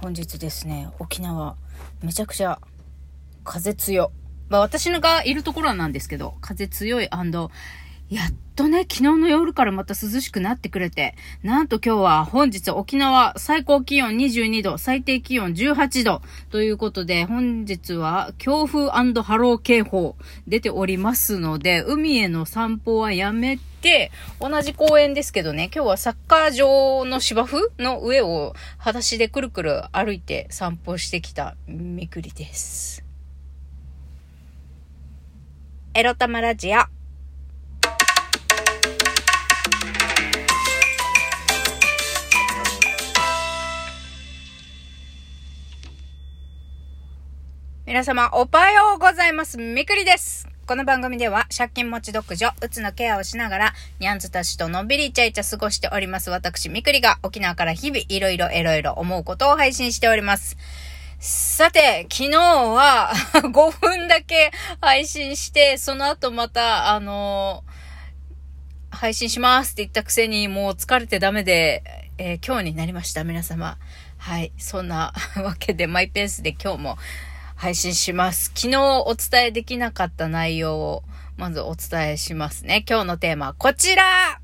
本日ですね、沖縄めちゃくちゃ風強。私のがいるところなんですけど、風強い&やっとね、昨日の夜からまた涼しくなってくれて、なんと今日は本日沖縄最高気温22度、最低気温18度ということで、本日は強風&波浪警報出ておりますので、海への散歩はやめて、同じ公園ですけどね、今日はサッカー場の芝生の上を裸足でくるくる歩いて散歩してきたみくりです。エロ玉ラジオ。皆様おはようございます。みくりです。この番組では借金持ち独女、うつのケアをしながらニャンズたちとのんびりイチャイチャ過ごしております私みくりが沖縄から日々いろいろ思うことを配信しております。さて、昨日は5分だけ配信して、その後また配信しますって言ったくせにもう疲れてダメで、今日になりました皆様。はい、そんなわけでマイペースで今日も配信します。昨日お伝えできなかった内容をまずお伝えしますね。今日のテーマはこちら。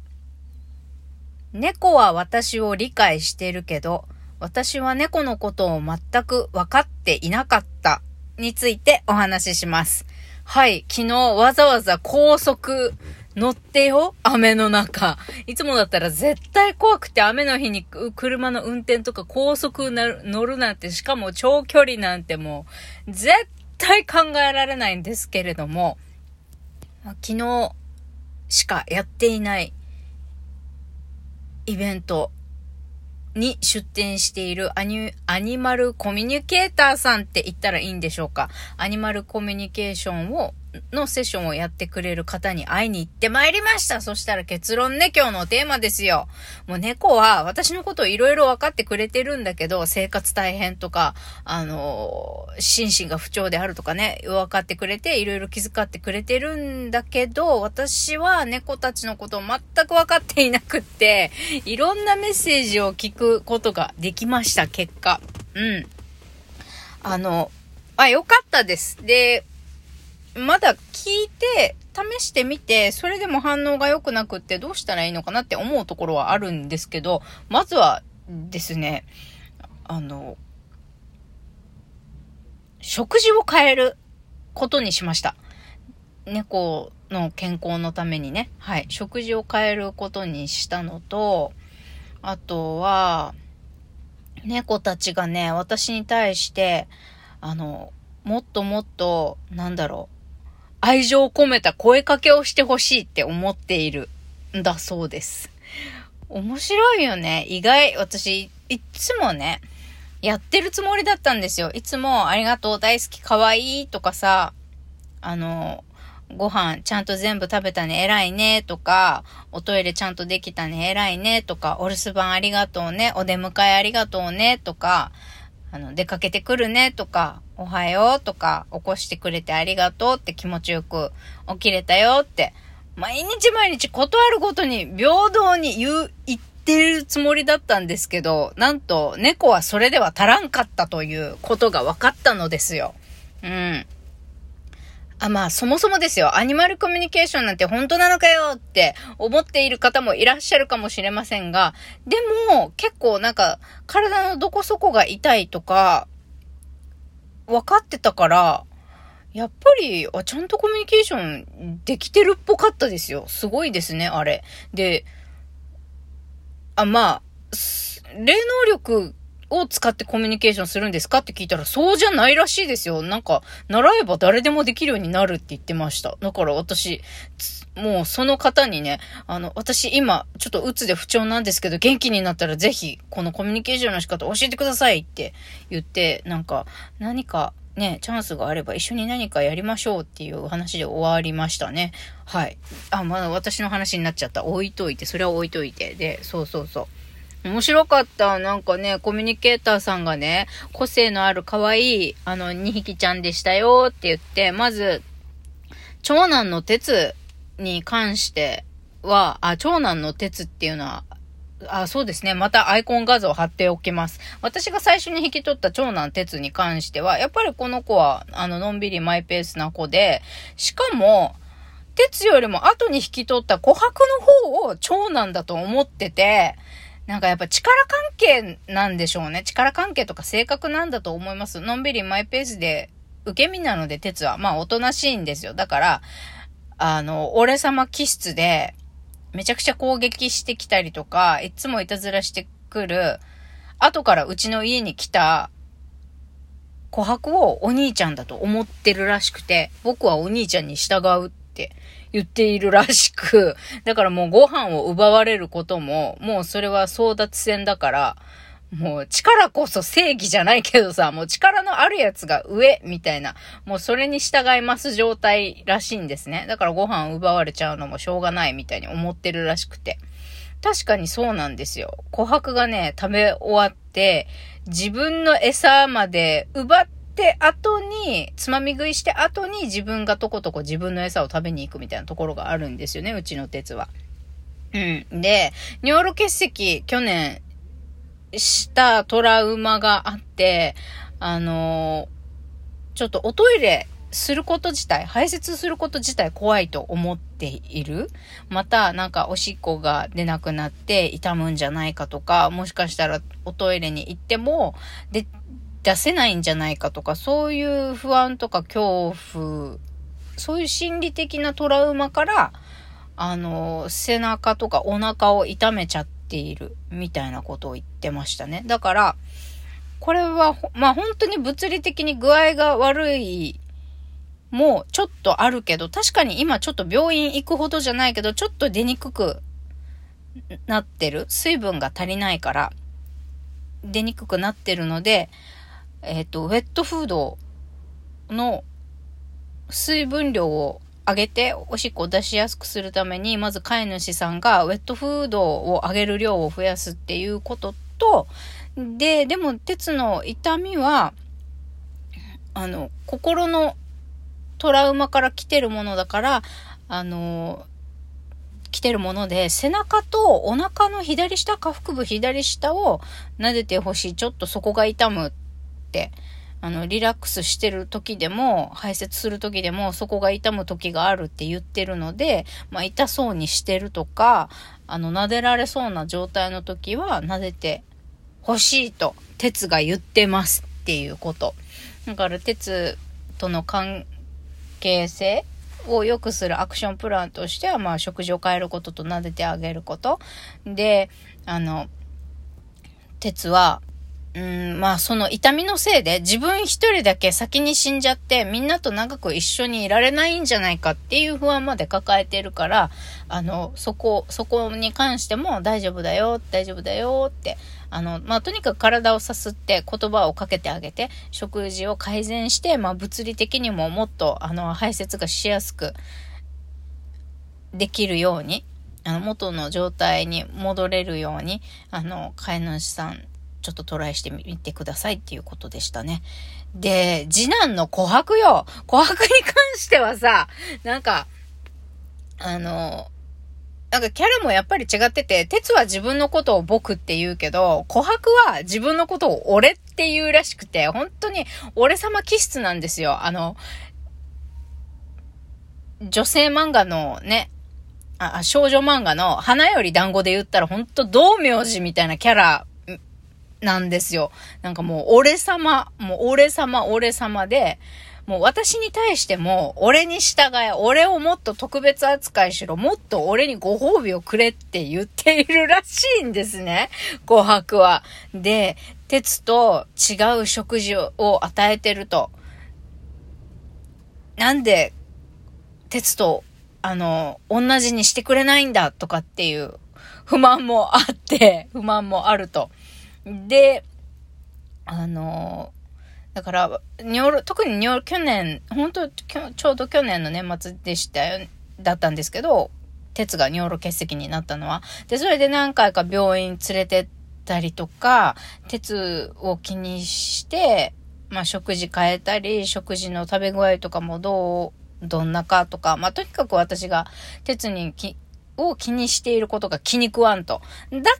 猫は私を理解しているけど、私は猫のことを全く分かっていなかったについてお話しします。はい、昨日わざわざ高速乗ってよ、雨の中。いつもだったら絶対怖くて雨の日に車の運転とか高速乗るなんて、しかも長距離なんてもう絶対考えられないんですけれども、昨日しかやっていないイベントに出展しているアニマルコミュニケーターさんって言ったらいいんでしょうか。アニマルコミュニケーションのセッションをやってくれる方に会いに行ってまいりました。そしたら結論ね、今日のテーマですよ。もう猫は私のことをいろいろ分かってくれてるんだけど、生活大変とか、心身が不調であるとかね、分かってくれて、いろいろ気遣ってくれてるんだけど、私は猫たちのことを全く分かっていなくって、いろんなメッセージを聞くことができました、結果。よかったです。で、まだ聞いて、試してみて、それでも反応が良くなくってどうしたらいいのかなって思うところはあるんですけど、まずはですね、食事を変えることにしました。猫の健康のためにね。はい。食事を変えることにしたのと、あとは、猫たちがね、私に対して、もっともっと、愛情を込めた声かけをしてほしいって思っているんだそうです。面白いよね。意外、私、いつもね、やってるつもりだったんですよ。いつも、ありがとう、大好き、かわいいとかさ、ご飯ちゃんと全部食べたね、偉いねとか、おトイレちゃんとできたね、偉いねとか、お留守番ありがとうね、お出迎えありがとうねとか、出かけてくるねとか、おはようとか、起こしてくれてありがとうって気持ちよく起きれたよって、毎日ことあるごとに平等に言ってるつもりだったんですけど、なんと猫はそれでは足らんかったということが分かったのですよ。そもそもですよ。アニマルコミュニケーションなんて本当なのかよって思っている方もいらっしゃるかもしれませんが、でも結構体のどこそこが痛いとか分かってたから、やっぱりちゃんとコミュニケーションできてるっぽかったですよ。すごいですね、あれ。で、霊能力を使ってコミュニケーションするんですかって聞いたら、そうじゃないらしいですよ。習えば誰でもできるようになるって言ってました。だから私、もうその方にね、私今ちょっとうつで不調なんですけど、元気になったらぜひこのコミュニケーションの仕方教えてくださいって言って、何かね、チャンスがあれば一緒に何かやりましょうっていう話で終わりましたね。はい。私の話になっちゃった。それは置いといて。で、そう。面白かった。コミュニケーターさんがね、個性のある可愛い2匹ちゃんでしたよって言って、まず、長男の鉄に関しては、長男の鉄っていうのは、 そうですね。またアイコン画像貼っておきます。私が最初に引き取った長男哲に関しては、やっぱりこの子は、のんびりマイペースな子で、しかも、哲よりも後に引き取った琥珀の方を長男だと思ってて、なんかやっぱ力関係なんでしょうね。力関係とか性格なんだと思います。のんびりマイペースで、受け身なので哲は、まあおとなしいんですよ。だから、俺様気質で、めちゃくちゃ攻撃してきたりとか、いつもいたずらしてくる、後からうちの家に来た琥珀をお兄ちゃんだと思ってるらしくて、僕はお兄ちゃんに従うって言っているらしく、だからもうご飯を奪われることも、もうそれは争奪戦だから、もう力こそ正義じゃないけどさ、もう力のあるやつが上みたいな、もうそれに従います状態らしいんですね。だからご飯奪われちゃうのもしょうがないみたいに思ってるらしくて。確かにそうなんですよ。琥珀がね、食べ終わって、自分の餌まで奪って後に、つまみ食いして後に自分がとことこ自分の餌を食べに行くみたいなところがあるんですよね、うちの鉄は。で、尿路結石、去年、したトラウマがあって、ちょっとおトイレすること自体、排泄すること自体怖いと思っている。また、なんかおしっこが出なくなって痛むんじゃないかとか、もしかしたらおトイレに行っても出せないんじゃないかとか、そういう不安とか恐怖、そういう心理的なトラウマから、背中とかお腹を痛めちゃっているみたいなことを言ってましたね。だから、これは、まあ本当に物理的に具合が悪いもちょっとあるけど、確かに今ちょっと病院行くほどじゃないけど、ちょっと出にくくなってる。水分が足りないから出にくくなってるので、ウェットフードの水分量を上げておしっこを出しやすくするために、まず飼い主さんがウェットフードを上げる量を増やすっていうことと、でも鉄の痛みは心のトラウマから来てるものだから、来てるもので、背中とお腹の左下、下腹部左下を撫でてほしい。ちょっとそこが痛むって。リラックスしてる時でも、排泄する時でも、そこが痛む時があるって言ってるので、まあ、痛そうにしてるとか、撫でられそうな状態の時は、撫でてほしいと、鉄が言ってますっていうこと。だから、鉄との関係性を良くするアクションプランとしては、まあ、食事を変えることと撫でてあげること。で、鉄は、まあその痛みのせいで自分一人だけ先に死んじゃってみんなと長く一緒にいられないんじゃないかっていう不安まで抱えてるから、そこに関しても大丈夫だよって、まあとにかく体をさすって言葉をかけてあげて食事を改善して、まあ物理的にももっと排泄がしやすくできるように、元の状態に戻れるように、飼い主さんちょっとトライしてみてくださいっていうことでしたね。で、次男の琥珀よ。琥珀に関してはさ、なんかキャラもやっぱり違ってて、鉄は自分のことを僕って言うけど、琥珀は自分のことを俺って言うらしくて、本当に俺様気質なんですよ。女性漫画のね、少女漫画の花より団子で言ったら本当道明寺みたいなキャラなんですよ。なんかもう俺様で、もう私に対しても俺に従え、俺をもっと特別扱いしろ、もっと俺にご褒美をくれって言っているらしいんですね、琥珀は。で、鉄と違う食事を与えてると、なんで鉄と同じにしてくれないんだとかっていう不満もあると。で、だから、特に去年、ちょうど去年の年末だったんですけど、鉄が尿路結石になったのは。で、それで何回か病院連れてったりとか、鉄を気にして、まあ食事変えたり、食事の食べ具合とかもどんなかとか、まあとにかく私が鉄をを気にしていることが気に食わんと。だから、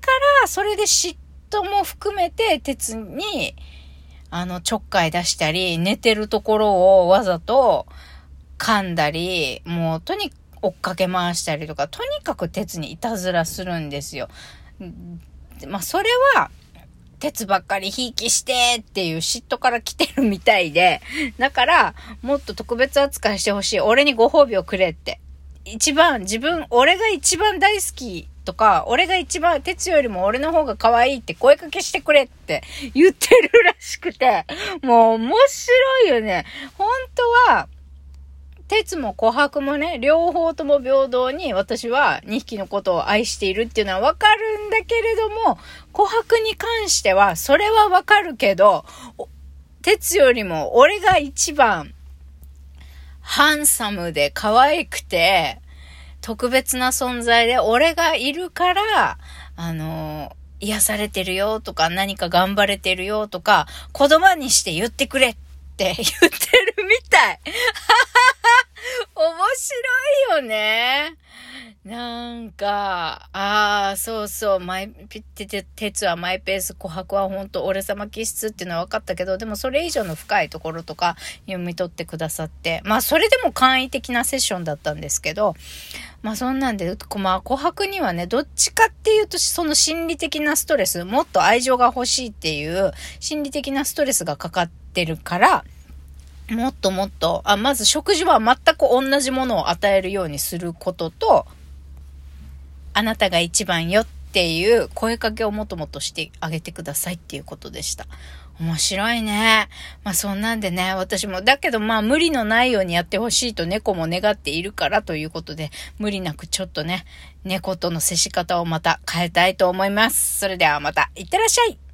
それで嫉妬も含めて、鉄に、ちょっかい出したり、寝てるところをわざと噛んだり、もう追っかけ回したりとか、とにかく鉄にいたずらするんですよ。まあ、それは、鉄ばっかりひいきしてっていう嫉妬から来てるみたいで、だから、もっと特別扱いしてほしい。俺にご褒美をくれって。俺が一番大好きとか、鉄よりも俺の方が可愛いって声かけしてくれって言ってるらしくて、もう面白いよね。本当は、鉄も琥珀もね、両方とも平等に私は2匹のことを愛しているっていうのはわかるんだけれども、琥珀に関してはそれはわかるけど、鉄よりも俺が一番ハンサムで可愛くて特別な存在で俺がいるから、癒されてるよとか何か頑張れてるよとか言葉にして言ってくれって言ってるみたい。面白いよね。なんか、そうそう、鉄はマイペース、琥珀は本当俺様気質っていうのは分かったけど、でもそれ以上の深いところとか読み取ってくださって、まあそれでも簡易的なセッションだったんですけど、まあそんなんで、まあ琥珀にはね、どっちかっていうとその心理的なストレス、もっと愛情が欲しいっていう心理的なストレスがかかってるから、もっとまず食事は全く同じものを与えるようにすることと、あなたが一番よっていう声かけをもっとしてあげてくださいっていうことでした。面白いね。まあそんなんでね、私も、だけどまあ無理のないようにやってほしいと猫も願っているからということで、無理なくちょっとね、猫との接し方をまた変えたいと思います。それではまた、いってらっしゃい。